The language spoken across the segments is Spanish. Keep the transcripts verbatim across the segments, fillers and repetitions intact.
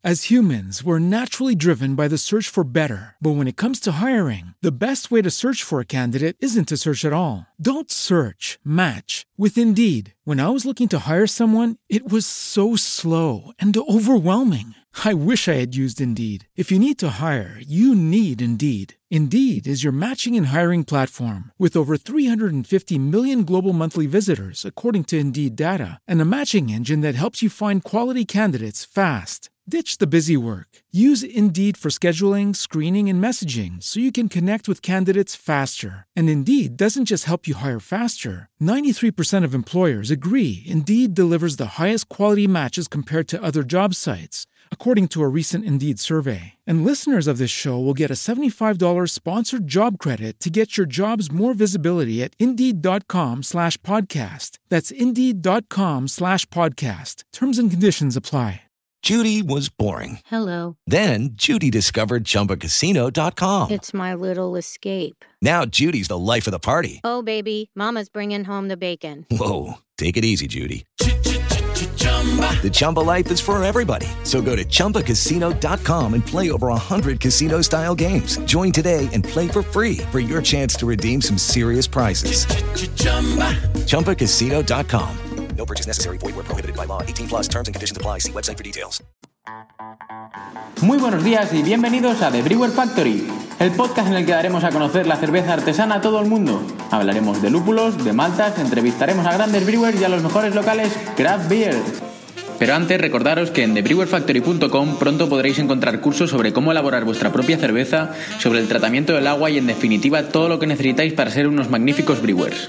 As humans, we're naturally driven by the search for better. But when it comes to hiring, the best way to search for a candidate isn't to search at all. Don't search, match with Indeed. When I was looking to hire someone, it was so slow and overwhelming. I wish I had used Indeed. If you need to hire, you need Indeed. Indeed is your matching and hiring platform with over three hundred fifty million global monthly visitors, according to Indeed data, and a matching engine that helps you find quality candidates fast. Ditch the busy work. Use Indeed for scheduling, screening, and messaging so you can connect with candidates faster. And Indeed doesn't just help you hire faster. ninety-three percent of employers agree Indeed delivers the highest quality matches compared to other job sites, according to a recent Indeed survey. And listeners of this show will get a seventy-five dollars sponsored job credit to get your jobs more visibility at Indeed.com slash podcast. That's Indeed.com slash podcast. Terms and conditions apply. Judy was boring. Hello. Then Judy discovered Chumba Casino dot com. It's my little escape. Now Judy's the life of the party. Oh, baby, mama's bringing home the bacon. Whoa, take it easy, Judy. The Chumba life is for everybody. So go to Chumba Casino dot com and play over one hundred casino-style games. Join today and play for free for your chance to redeem some serious prizes. Chumba Casino dot com. No purchase necessary. Void where prohibited by law. eighteen plus terms and conditions apply. See website for details. Muy buenos días y bienvenidos a The Brewer Factory, el podcast en el que daremos a conocer la cerveza artesana a todo el mundo. Hablaremos de lúpulos, de maltas, entrevistaremos a grandes brewers y a los mejores locales craft beer. Pero antes, recordaros que en the brewer factory punto com pronto podréis encontrar cursos sobre cómo elaborar vuestra propia cerveza, sobre el tratamiento del agua y en definitiva todo lo que necesitáis para ser unos magníficos brewers.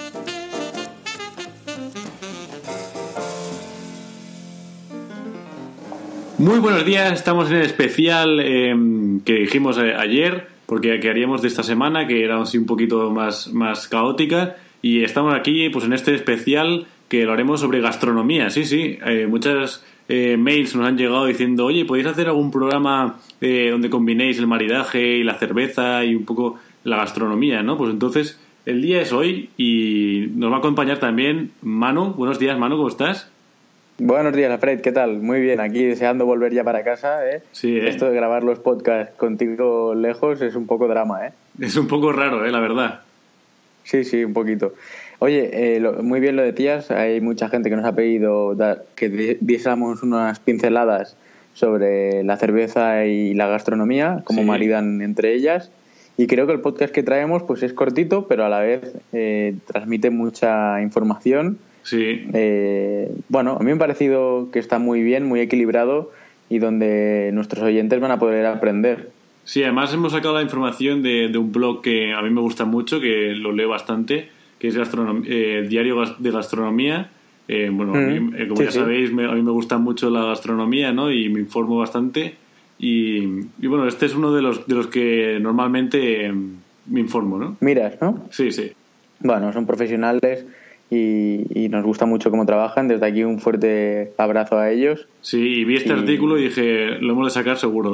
Muy buenos días, estamos en el especial eh, que dijimos eh, ayer, porque que haríamos de esta semana, que era así un poquito más, más caótica, y estamos aquí pues en este especial que lo haremos sobre gastronomía. Sí, sí, eh, muchas eh, mails nos han llegado diciendo, oye, ¿podéis hacer algún programa eh, donde combinéis el maridaje y la cerveza y un poco la gastronomía, ¿no? Pues entonces, el día es hoy y nos va a acompañar también Manu. Buenos días, Manu, ¿cómo estás? Buenos días, Alfred, ¿qué tal? Muy bien, aquí deseando volver ya para casa, ¿eh? Sí, ¿eh? Esto de grabar los podcasts contigo lejos es un poco drama, ¿eh? Es un poco raro, ¿eh? La verdad. Sí, sí, un poquito. Oye, eh, lo, muy bien lo decías, hay mucha gente que nos ha pedido da, que diésemos unas pinceladas sobre la cerveza y la gastronomía, cómo sí. maridan entre ellas, y creo que el podcast que traemos pues es cortito, pero a la vez eh, transmite mucha información. Sí. Eh, bueno, a mí me ha parecido que está muy bien, muy equilibrado y donde nuestros oyentes van a poder aprender. Sí, además hemos sacado la información de, de un blog que a mí me gusta mucho, que lo leo bastante, que es gastronom- eh, Diario de Gastronomía. Eh, bueno, mm. a mí, eh, como sí, ya sí. sabéis, me, a mí me gusta mucho la gastronomía, ¿no? Y me informo bastante. Y, y bueno, este es uno de los, de los que normalmente eh, me informo, ¿no? Miras, ¿no? Sí, sí. Bueno, son profesionales. Y, y nos gusta mucho cómo trabajan. Desde aquí un fuerte abrazo a ellos. Sí, y vi este y... artículo y dije, lo hemos de sacar seguro.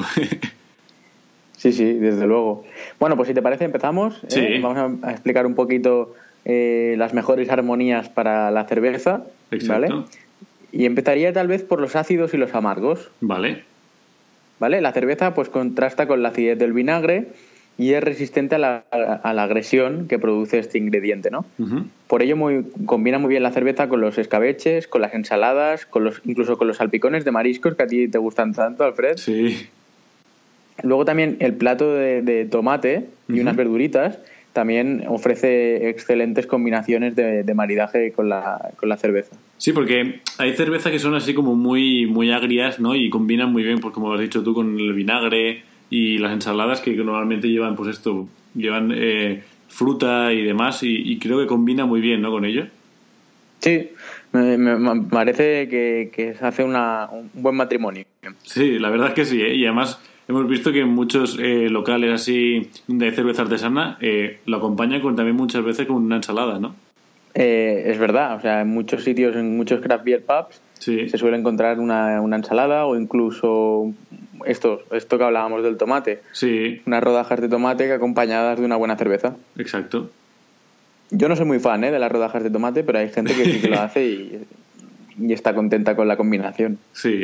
Sí, sí, desde luego. Bueno, pues si te parece empezamos. Sí. ¿eh? Vamos a explicar un poquito eh, las mejores armonías para la cerveza. Exacto. ¿Vale? Y empezaría tal vez por los ácidos y los amargos. Vale. ¿Vale? La cerveza pues contrasta con la acidez del vinagre y es resistente a la, a la agresión que produce este ingrediente, ¿no? Uh-huh. Por ello muy, combina muy bien la cerveza con los escabeches, con las ensaladas, con los incluso con los salpicones de mariscos que a ti te gustan tanto, Alfred. Sí. Luego también el plato de, de tomate y uh-huh. unas verduritas también ofrece excelentes combinaciones de, de maridaje con la, con la cerveza. Sí, porque hay cervezas que son así como muy, muy agrias, ¿no? Y combinan muy bien, pues como has dicho tú, con el vinagre y las ensaladas que normalmente llevan, pues esto, llevan eh, fruta y demás, y, y creo que combina muy bien, ¿no? Con ello. Sí, me, me parece que, que se hace una, un buen matrimonio. Sí, la verdad es que sí, ¿eh? Y además hemos visto que en muchos eh, locales así de cerveza artesana eh, lo acompañan con, también muchas veces con una ensalada, ¿no? Eh, es verdad, o sea, en muchos sitios, en muchos craft beer pubs, sí. se suele encontrar una, una ensalada o incluso esto, esto que hablábamos del tomate. Sí. Unas rodajas de tomate acompañadas de una buena cerveza. Exacto. Yo no soy muy fan ¿eh? de las rodajas de tomate, pero hay gente que sí que lo hace y, y está contenta con la combinación. Sí.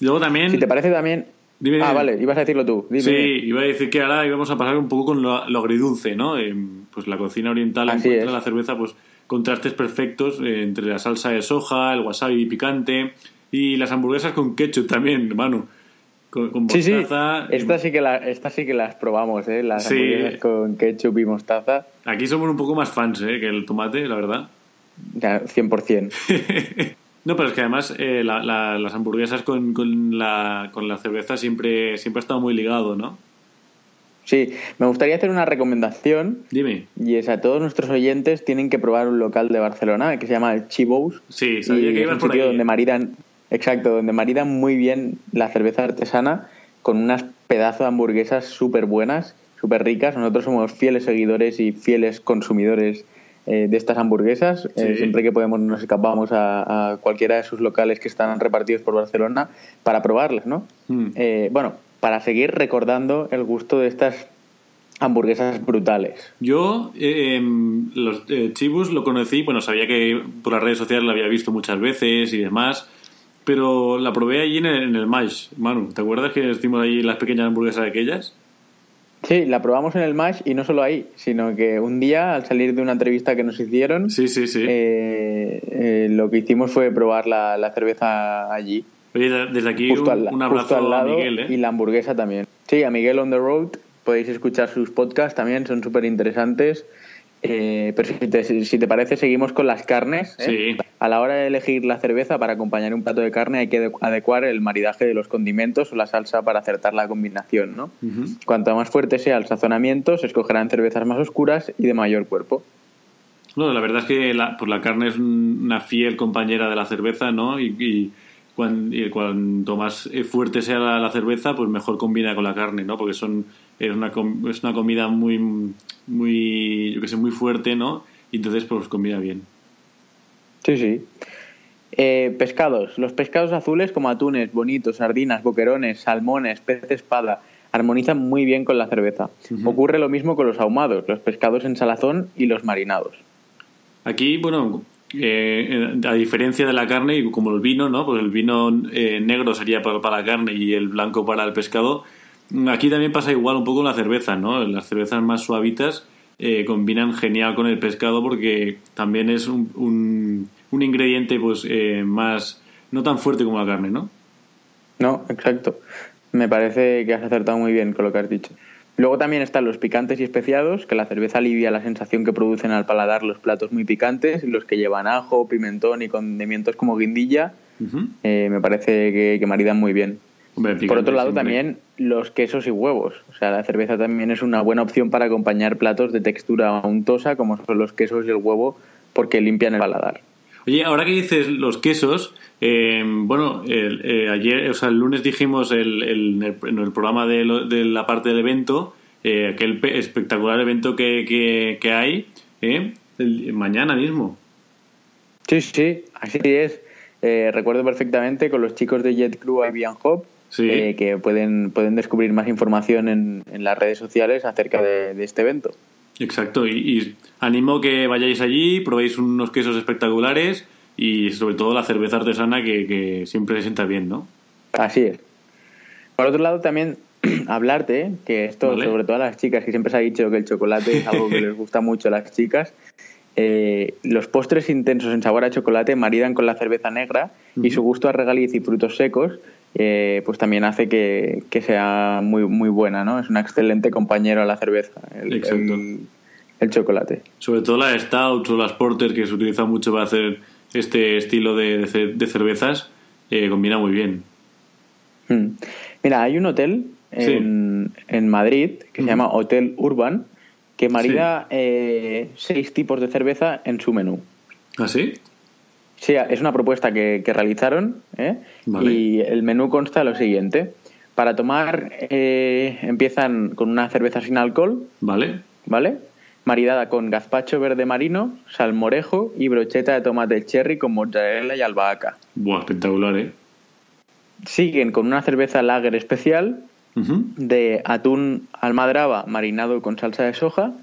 Luego también... Si te parece también... Dime, ah, dime. vale, ibas a decirlo tú. Dime, sí, dime. iba a decir que ahora íbamos a pasar un poco con lo, lo agridulce, ¿no? Eh, pues la cocina oriental Así encuentra es. en la cerveza pues contrastes perfectos eh, entre la salsa de soja, el wasabi picante y las hamburguesas con ketchup también, hermano. Con, con Sí, sí, mostaza. estas sí, que la, estas sí que las probamos, ¿eh? Las Sí. hamburguesas con ketchup y mostaza, Aquí somos un poco más fans ¿eh? que el tomate, la verdad. ya, cien por ciento. No, pero es que además eh, la, la, las hamburguesas con, con, la, con la cerveza siempre, siempre ha estado muy ligado, ¿no? Sí, me gustaría hacer una recomendación, Dime. y es a todos nuestros oyentes tienen que probar un local de Barcelona que se llama el Chibous. Sí, sabía y que es ibas un por sitio ahí. donde maridan, exacto, donde maridan muy bien la cerveza artesana con unas pedazos de hamburguesas súper buenas, súper ricas. Nosotros somos fieles seguidores y fieles consumidores eh, de estas hamburguesas. Sí. Eh, siempre que podemos nos escapamos a, a cualquiera de sus locales que están repartidos por Barcelona para probarlas, ¿no? Mm. Eh, bueno, para seguir recordando el gusto de estas hamburguesas brutales. Yo, eh, em, los eh, Chibus lo conocí, bueno, sabía que por las redes sociales la había visto muchas veces y demás, pero la probé allí en el, en el Mash, Manu. ¿Te acuerdas que estuvimos allí las pequeñas hamburguesas aquellas? Sí, la probamos en el Mash y no solo ahí, sino que un día, al salir de una entrevista que nos hicieron, Sí, sí, sí. eh, eh, lo que hicimos fue probar la, la cerveza allí, Oye, desde aquí justo, un, al, un justo abrazo al lado, a Miguel, ¿eh? y la hamburguesa también. Sí, a Miguel on the road, podéis escuchar sus podcasts también, son súper interesantes. Eh, pero si te, si te parece, seguimos con las carnes. ¿eh? Sí. A la hora de elegir la cerveza para acompañar un plato de carne hay que adecuar el maridaje de los condimentos o la salsa para acertar la combinación, ¿no? Ujú. Cuanto más fuerte sea el sazonamiento, se escogerán cervezas más oscuras y de mayor cuerpo. No, la verdad es que la, pues la carne es un- una fiel compañera de la cerveza, ¿no? Y, y, cuan- y cuanto más eh, fuerte sea la, la cerveza, pues mejor combina con la carne, ¿no? Porque son es una, com- es una comida muy, muy, yo que sé, muy fuerte, ¿no? Y entonces pues combina bien. Sí, sí. Eh, pescados. Los pescados azules como atunes, bonitos, sardinas, boquerones, salmones, pez espada armonizan muy bien con la cerveza. Ujú. Ocurre lo mismo con los ahumados, los pescados en salazón y los marinados. Aquí, bueno, eh, a diferencia de la carne, y como el vino, ¿no? Pues el vino eh, negro sería para, para la carne y el blanco para el pescado. Aquí también pasa igual un poco con la cerveza, ¿no? Las cervezas más suavitas eh, combinan genial con el pescado porque también es un, un, un ingrediente pues eh, más no tan fuerte como la carne, ¿no? No, exacto. Me parece que has acertado muy bien con lo que has dicho. Luego también están los picantes y especiados, que la cerveza alivia la sensación que producen al paladar los platos muy picantes, los que llevan ajo, pimentón y condimentos como guindilla. Uh-huh. Eh, me parece que, que maridan muy bien. Hombre, Por picante otro lado siempre. también los quesos y huevos. O sea, la cerveza también es una buena opción para acompañar platos de textura untosa como son los quesos y el huevo porque limpian el paladar. Oye, ahora que dices los quesos, eh, bueno, el, eh, ayer, o sea, el lunes dijimos el, el, el- en el programa de, lo- de la parte del evento, eh, aquel pe- espectacular evento que, que, que hay, eh, el- mañana mismo. Sí, sí, así es. Eh, recuerdo perfectamente con los chicos de Jet Crew I B and Hop Sí. eh, que pueden, pueden descubrir más información en, en las redes sociales acerca de, de este evento. Exacto, y, y animo que vayáis allí, probéis unos quesos espectaculares y sobre todo la cerveza artesana que, que siempre se sienta bien, ¿no? Así es. Por otro lado, también hablarte, que esto, Vale. sobre todo a las chicas, que siempre se ha dicho que el chocolate es algo que les gusta mucho a las chicas, eh, los postres intensos en sabor a chocolate maridan con la cerveza negra y su gusto a regaliz y frutos secos, eh, pues también hace que, que sea muy, muy buena, ¿no? Es un excelente compañero a la cerveza, el, Exacto. el, el chocolate. Sobre todo las stouts o las porter que se utilizan mucho para hacer este estilo de, de, ce- de cervezas, eh, combina muy bien. Mm. Mira, hay un hotel en, en Madrid que se llama Hotel Urban que marida eh, seis tipos de cerveza en su menú. ¿Ah, sí? Sí, es una propuesta que, que realizaron, ¿eh? Vale. Y el menú consta de lo siguiente. Para tomar eh, empiezan con una cerveza sin alcohol, ¿Vale? ¿vale? Maridada con gazpacho verde marino, salmorejo y brocheta de tomate cherry con mozzarella y albahaca. Buah, espectacular, ¿eh? Siguen con una cerveza lager especial Ujú. de atún almadraba marinado con salsa de soja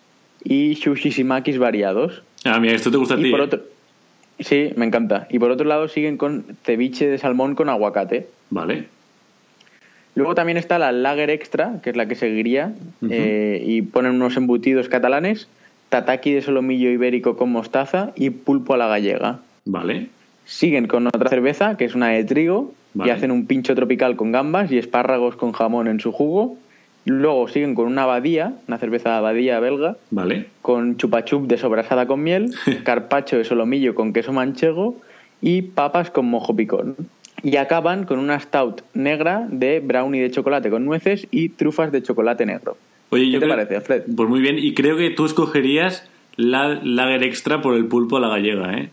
y sushis y makis variados. Ah, mira, esto te gusta a ti, Y por ¿eh? otro, sí, me encanta. Y por otro lado siguen con ceviche de salmón con aguacate. Vale. Luego también está la Lager Extra, que es la que seguiría, Uh-huh. eh, y ponen unos embutidos catalanes, tataki de solomillo ibérico con mostaza y pulpo a la gallega. Vale. Siguen con otra cerveza, que es una de trigo, Vale. y hacen un pincho tropical con gambas y espárragos con jamón en su jugo. Luego siguen con una abadía, una cerveza abadía belga, Vale. con chupachup de sobrasada con miel, carpaccio de solomillo con queso manchego y papas con mojo picón. Y acaban con una stout negra de brownie de chocolate con nueces y trufas de chocolate negro. Oye, ¿Qué yo te creo- parece, Alfred? Pues muy bien, y creo que tú escogerías la Lager Extra por el pulpo a la gallega, ¿eh?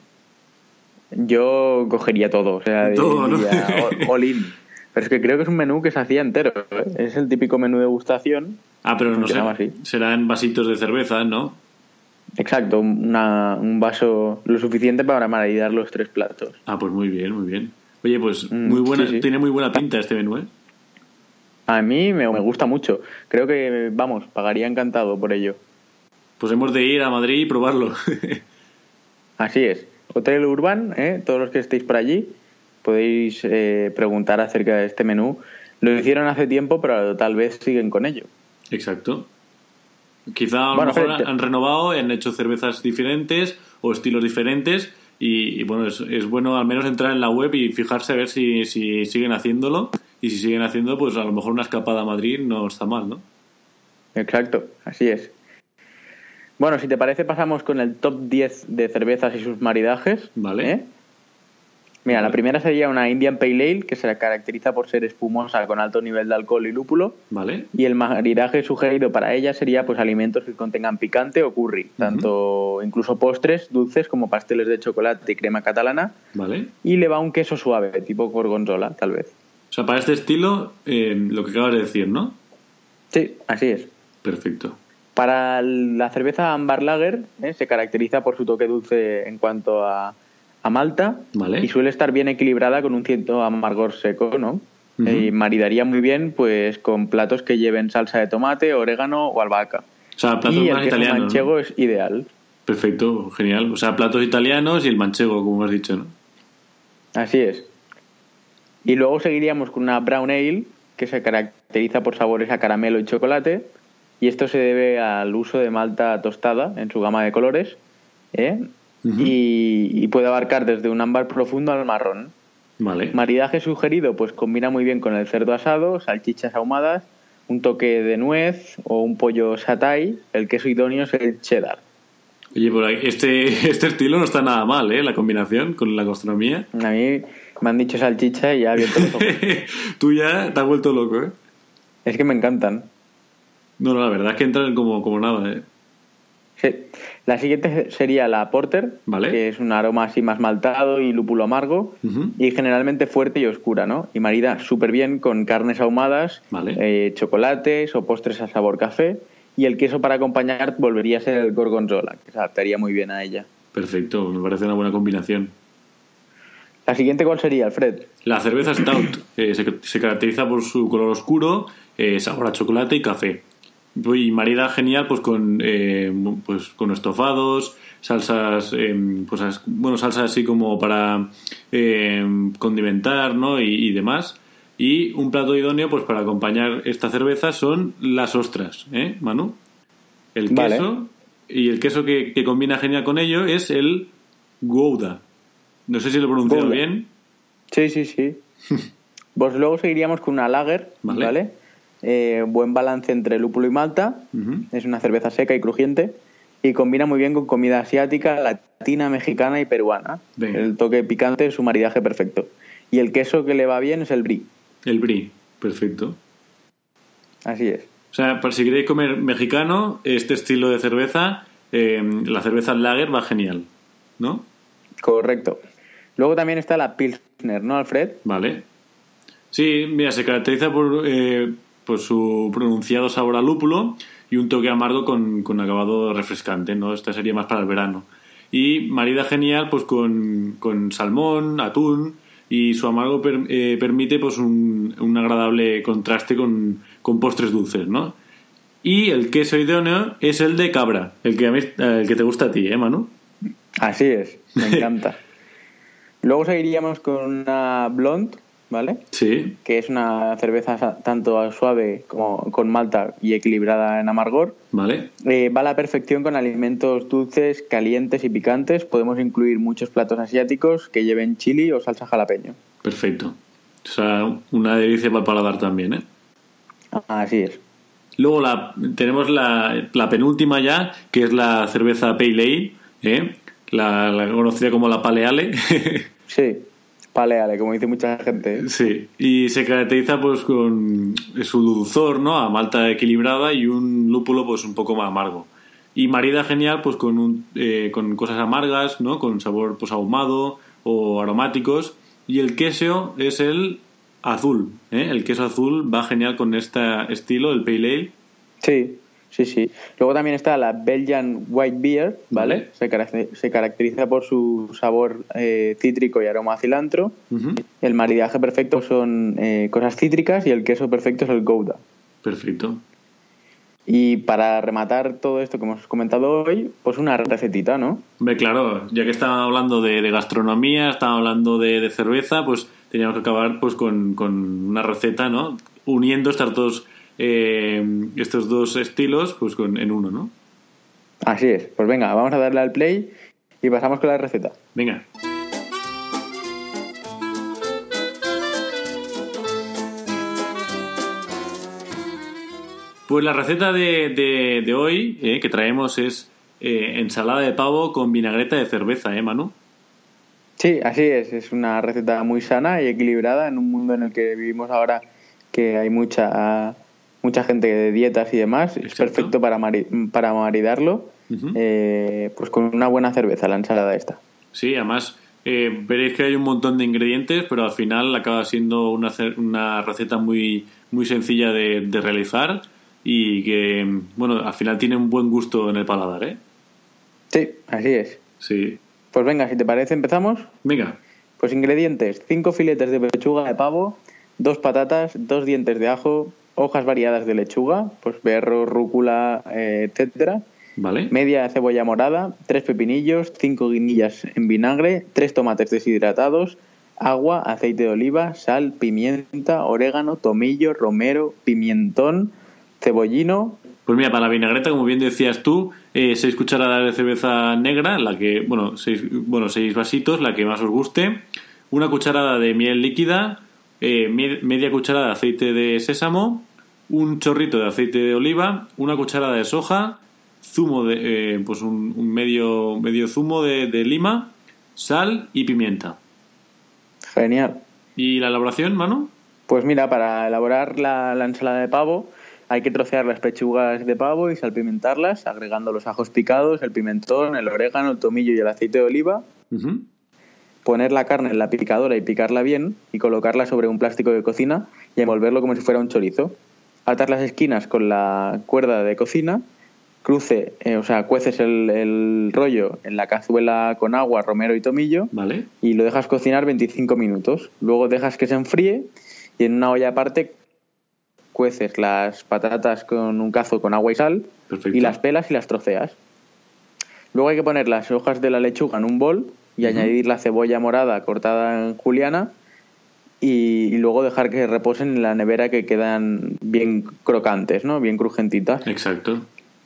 Yo cogería todo, o sea, Todo, ¿no? diría all, all in. Pero es que creo que es un menú que se hacía entero, ¿eh? Es el típico menú de degustación. Ah, pero no sé, Funcionaba así. serán vasitos de cerveza, ¿no? Exacto, una, un vaso lo suficiente para maridar los tres platos. Ah, pues muy bien, muy bien. Oye, pues Mm, muy buena, sí, sí. tiene muy buena pinta este menú, ¿eh? A mí me, me gusta mucho. Creo que, vamos, pagaría encantado por ello. Pues hemos de ir a Madrid y probarlo. Así es. Hotel Urban, ¿eh? Todos los que estéis por allí, podéis eh, preguntar acerca de este menú. Lo hicieron hace tiempo, pero tal vez siguen con ello. Exacto. Quizá a lo Bueno, mejor Fred, te- han renovado, han hecho cervezas diferentes o estilos diferentes y, y bueno, es, es bueno al menos entrar en la web y fijarse a ver si, si siguen haciéndolo y si siguen haciendo, pues a lo mejor una escapada a Madrid no está mal, ¿no? Exacto, así es. Bueno, si te parece, pasamos con el top diez de cervezas y sus maridajes. Vale. ¿eh? Mira, Vale. la primera sería una Indian Pale Ale, que se caracteriza por ser espumosa con alto nivel de alcohol y lúpulo. Vale. Y el maridaje sugerido para ella sería pues alimentos que contengan picante o curry, tanto incluso postres, dulces como pasteles de chocolate y crema catalana. Vale. Y le va un queso suave, tipo gorgonzola, tal vez. O sea, para este estilo, eh, lo que acabas de decir, ¿no? Sí, así es. Perfecto. Para la cerveza Amber Lager, ¿eh? se caracteriza por su toque dulce en cuanto a, a malta. Vale. Y suele estar bien equilibrada con un cierto amargor seco, ¿no? Ujú. Y maridaría muy bien pues con platos que lleven salsa de tomate, orégano o albahaca. O sea, platos y el más queso italianos, manchego ¿no? es ideal. Perfecto, genial. O sea, platos italianos y el manchego, como has dicho, ¿no? Así es. Y luego seguiríamos con una Brown Ale, que se caracteriza por sabores a caramelo y chocolate. Y esto se debe al uso de malta tostada en su gama de colores. ¿eh? Ujú. y, y puede abarcar desde un ámbar profundo al marrón. Vale. Maridaje sugerido, pues combina muy bien con el cerdo asado, salchichas ahumadas, un toque de nuez o un pollo satay. El queso idóneo es el cheddar. Oye, por ahí, este, este estilo no está nada mal, ¿eh? La combinación con la gastronomía. A mí me han dicho salchicha y ya he abierto los ojos. Tú ya te has vuelto loco, ¿eh? Es que me encantan. No, no, la verdad es que entran como, como nada, ¿eh? Sí. La siguiente sería la Porter, Vale. que es un aroma así más maltado y lúpulo amargo, Ujú. y generalmente fuerte y oscura, ¿no? Y marida súper bien con carnes ahumadas, Vale. eh, chocolates o postres a sabor café, y el queso para acompañar volvería a ser el gorgonzola, que se adaptaría muy bien a ella. Perfecto, me parece una buena combinación. La siguiente, ¿cuál sería, Alfred? La cerveza Stout eh, se, se caracteriza por su color oscuro, eh, sabor a chocolate y café. Y marida genial pues con eh, pues con estofados, salsas eh, pues as- bueno, salsas así como para eh, condimentar, ¿no? y, y demás. Y un plato idóneo pues para acompañar esta cerveza son las ostras, ¿eh, Manu? El Vale. queso y el queso que, que combina genial con ello es el Gouda. No sé si lo he pronunciado Gouda. bien. Sí, sí, sí. Pues luego seguiríamos con una lager, Vale. ¿vale? Eh, buen balance entre lúpulo y malta. Ujú. Es una cerveza seca y crujiente y combina muy bien con comida asiática, latina, mexicana y peruana. Venga. El toque picante es su maridaje perfecto. Y el queso que le va bien es el brie. El brie, perfecto. Así es. O sea, para si queréis comer mexicano, este estilo de cerveza, eh, la cerveza lager va genial, ¿no? Correcto. Luego también está la Pilsner, ¿no, Alfred? Vale. Sí, mira, se caracteriza por, eh, por su pronunciado sabor a lúpulo y un toque amargo con, con acabado refrescante, ¿no? Esta sería más para el verano. Y marida genial pues con, con salmón, atún, y su amargo per- eh, permite pues un, un agradable contraste con, con postres dulces, ¿no? Y el queso idóneo es el de cabra, el que, a mí, el que te gusta a ti, ¿eh, Manu? Así es, me encanta. Luego seguiríamos con una blonde, ¿vale? Sí. Que es una cerveza tanto suave como con malta y equilibrada en amargor. Vale. Eh, va a la perfección con alimentos dulces, calientes y picantes. Podemos incluir muchos platos asiáticos que lleven chili o salsa jalapeño. Perfecto. O sea, una delicia para el paladar también, ¿eh? Así es. Luego la, tenemos la, la penúltima ya, que es la cerveza Pale Ale, ¿eh? La, la conocida como la Pale Ale. Sí, Pale Ale, como dice mucha gente, ¿eh? Sí, y se caracteriza pues con su dulzor, ¿no? A malta equilibrada y un lúpulo pues un poco más amargo. Y marida genial pues con, un, eh, con cosas amargas, ¿no? Con sabor pues ahumado o aromáticos. Y el queso es el azul, ¿eh? El queso azul va genial con este estilo, el Pale Ale. Sí, sí, sí. Luego también está la Belgian White Beer, ¿vale? Vale. Se, carac- se caracteriza por su sabor eh, cítrico y aroma a cilantro. Uh-huh. El maridaje perfecto son eh, cosas cítricas y el queso perfecto es el Gouda. Perfecto. Y para rematar todo esto que hemos comentado hoy, pues una recetita, ¿no? Hombre, claro, ya que estábamos hablando de, de gastronomía, estábamos hablando de, de cerveza, pues teníamos que acabar pues con, con una receta, ¿no? Uniendo estos dos, eh, estos dos estilos pues con, en uno, ¿no? Así es. Pues venga, vamos a darle al play y pasamos con la receta. Venga. Pues la receta de, de, de hoy eh, que traemos es eh, ensalada de pavo con vinagreta de cerveza, ¿eh, Manu? Sí, así es. Es una receta muy sana y equilibrada en un mundo en el que vivimos ahora, que hay mucha mucha gente de dietas y demás. Exacto. Es perfecto para, mari- para maridarlo uh-huh. eh, pues con una buena cerveza, la ensalada esta. Sí, además eh, veréis que hay un montón de ingredientes, pero al final acaba siendo una, una receta muy, muy sencilla de, de realizar y que, bueno, al final tiene un buen gusto en el paladar, ¿eh? Sí, así es. Sí. Pues venga, si te parece, empezamos. Venga. Pues ingredientes: cinco filetes de pechuga de pavo, dos patatas, dos dientes de ajo, hojas variadas de lechuga, pues berro, rúcula, eh, etcétera. Vale. Media cebolla morada, tres pepinillos, cinco guinillas en vinagre, tres tomates deshidratados, agua, aceite de oliva, sal, pimienta, orégano, tomillo, romero, pimentón, cebollino. Pues mira, para la vinagreta, como bien decías tú, eh, seis cucharadas de cerveza negra, la que, bueno, seis, bueno, seis vasitos, la que más os guste, una cucharada de miel líquida, eh, media cucharada de aceite de sésamo, un chorrito de aceite de oliva, una cucharada de soja, zumo de, eh, pues un, un medio, medio zumo de, de lima, sal y pimienta. Genial. ¿Y la elaboración, Manu? Pues mira, para elaborar la, la ensalada de pavo hay que trocear las pechugas de pavo y salpimentarlas, agregando los ajos picados, el pimentón, el orégano, el tomillo y el aceite de oliva. Uh-huh. Poner la carne en la picadora y picarla bien y colocarla sobre un plástico de cocina y envolverlo como si fuera un chorizo. Atar las esquinas con la cuerda de cocina, cruce, eh, o sea, cueces el, el rollo en la cazuela con agua, romero y tomillo. Vale. Y lo dejas cocinar veinticinco minutos. Luego dejas que se enfríe y en una olla aparte cueces las patatas con un cazo con agua y sal. Perfecto. Y las pelas y las troceas. Luego hay que poner las hojas de la lechuga en un bol y uh-huh. añadir la cebolla morada cortada en juliana y, y luego dejar que reposen en la nevera, que quedan bien crocantes, ¿no? Bien crujentitas. Exacto.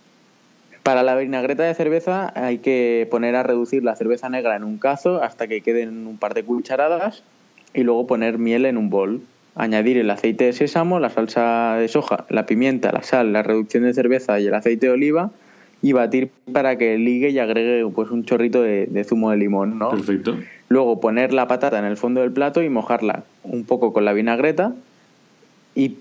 Para la vinagreta de cerveza hay que poner a reducir la cerveza negra en un cazo hasta que queden un par de cucharadas y luego poner miel en un bol. Añadir el aceite de sésamo, la salsa de soja, la pimienta, la sal, la reducción de cerveza y el aceite de oliva y batir para que ligue y agregue pues un chorrito de, de zumo de limón, ¿no? Perfecto. Luego poner la patata en el fondo del plato y mojarla un poco con la vinagreta y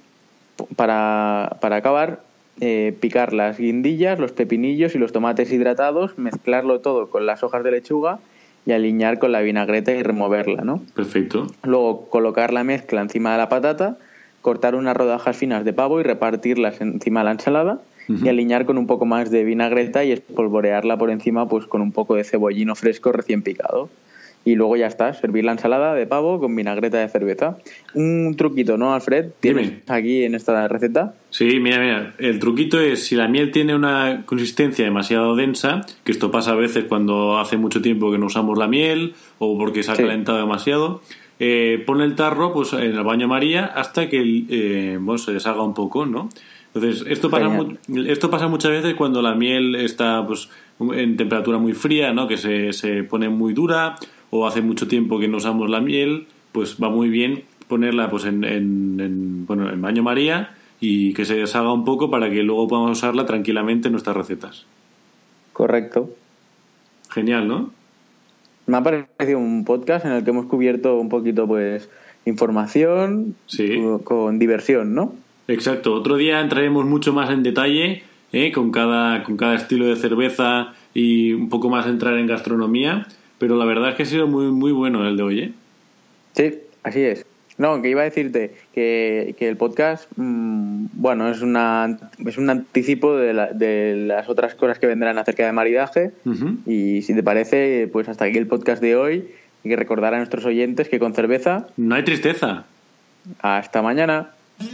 para, para acabar eh, picar las guindillas, los pepinillos y los tomates hidratados, mezclarlo todo con las hojas de lechuga y aliñar con la vinagreta y removerla, ¿no? Perfecto. Luego colocar la mezcla encima de la patata, cortar unas rodajas finas de pavo y repartirlas encima de la ensalada uh-huh. y aliñar con un poco más de vinagreta y espolvorearla por encima pues con un poco de cebollino fresco recién picado. Y luego ya está, servir la ensalada de pavo con vinagreta de cerveza. Un truquito, ¿no, Alfred? ¿Tienes Dime. aquí en esta receta? Sí, mira, mira. El truquito es, si la miel tiene una consistencia demasiado densa, que esto pasa a veces cuando hace mucho tiempo que no usamos la miel o porque se ha sí. calentado demasiado, eh, pone el tarro pues en el baño María hasta que eh, bueno, se deshaga un poco, ¿no? Entonces, esto pasa, mu- esto pasa muchas veces cuando la miel está pues en temperatura muy fría, ¿no? Que se, se pone muy dura, o hace mucho tiempo que no usamos la miel, pues va muy bien ponerla pues en, en, en, bueno, en baño María y que se deshaga un poco para que luego podamos usarla tranquilamente en nuestras recetas. Correcto. Genial, ¿no? Me ha parecido un podcast en el que hemos cubierto un poquito pues información Sí. con, con diversión, ¿no? Exacto. Otro día entraremos mucho más en detalle ¿eh? con cada con cada estilo de cerveza y un poco más entrar en gastronomía, pero la verdad es que ha sido muy muy bueno el de hoy, ¿eh? Sí, así es. No, que iba a decirte que, que el podcast, mmm, bueno, es una es un anticipo de, la, de las otras cosas que vendrán acerca de maridaje. Uh-huh. Y si te parece, pues hasta aquí el podcast de hoy. Y que recordar a nuestros oyentes que con cerveza... No hay tristeza. Hasta mañana.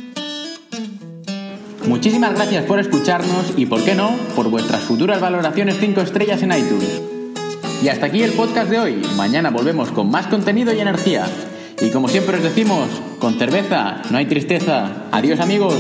Muchísimas gracias por escucharnos y, por qué no, por vuestras futuras valoraciones cinco estrellas en iTunes. Y hasta aquí el podcast de hoy. Mañana volvemos con más contenido y energía. Y como siempre os decimos, con cerveza no hay tristeza. Adiós, amigos.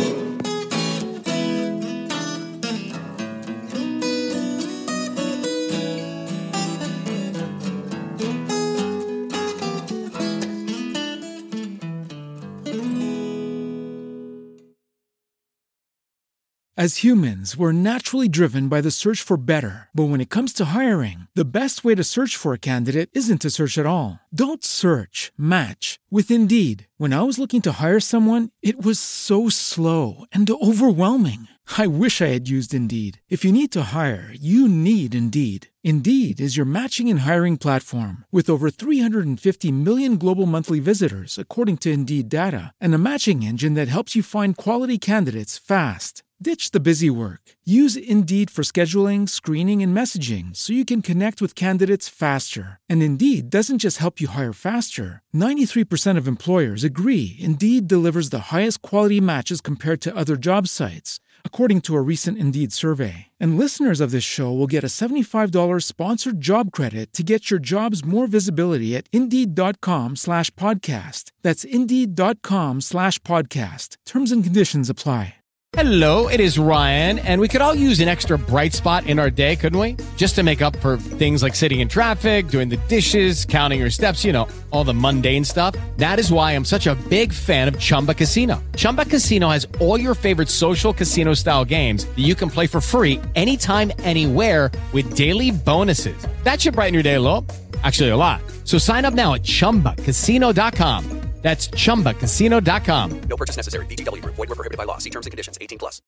As humans, we're naturally driven by the search for better. But when it comes to hiring, the best way to search for a candidate isn't to search at all. Don't search, match with Indeed. When I was looking to hire someone, it was so slow and overwhelming. I wish I had used Indeed. If you need to hire, you need Indeed. Indeed is your matching and hiring platform with over three hundred fifty million global monthly visitors, according to Indeed data, and a matching engine that helps you find quality candidates fast. Ditch the busy work. Use Indeed for scheduling, screening, and messaging so you can connect with candidates faster. And Indeed doesn't just help you hire faster. ninety-three percent of employers agree Indeed delivers the highest quality matches compared to other job sites, according to a recent Indeed survey. And listeners of this show will get a seventy-five dollars sponsored job credit to get your jobs more visibility at Indeed.com slash podcast. That's Indeed.com slash podcast. Terms and conditions apply. Hello, it is Ryan, and we could all use an extra bright spot in our day, couldn't we? Just to make up for things like sitting in traffic, doing the dishes, counting your steps, you know, all the mundane stuff. That is why I'm such a big fan of Chumba Casino. Chumba Casino has all your favorite social casino-style games that you can play for free anytime, anywhere with daily bonuses. That should brighten your day a little. Actually, a lot. So sign up now at chumba casino dot com. That's chumba casino dot com. No purchase necessary. V G W Group. Void where prohibited by law. See terms and conditions. eighteen plus.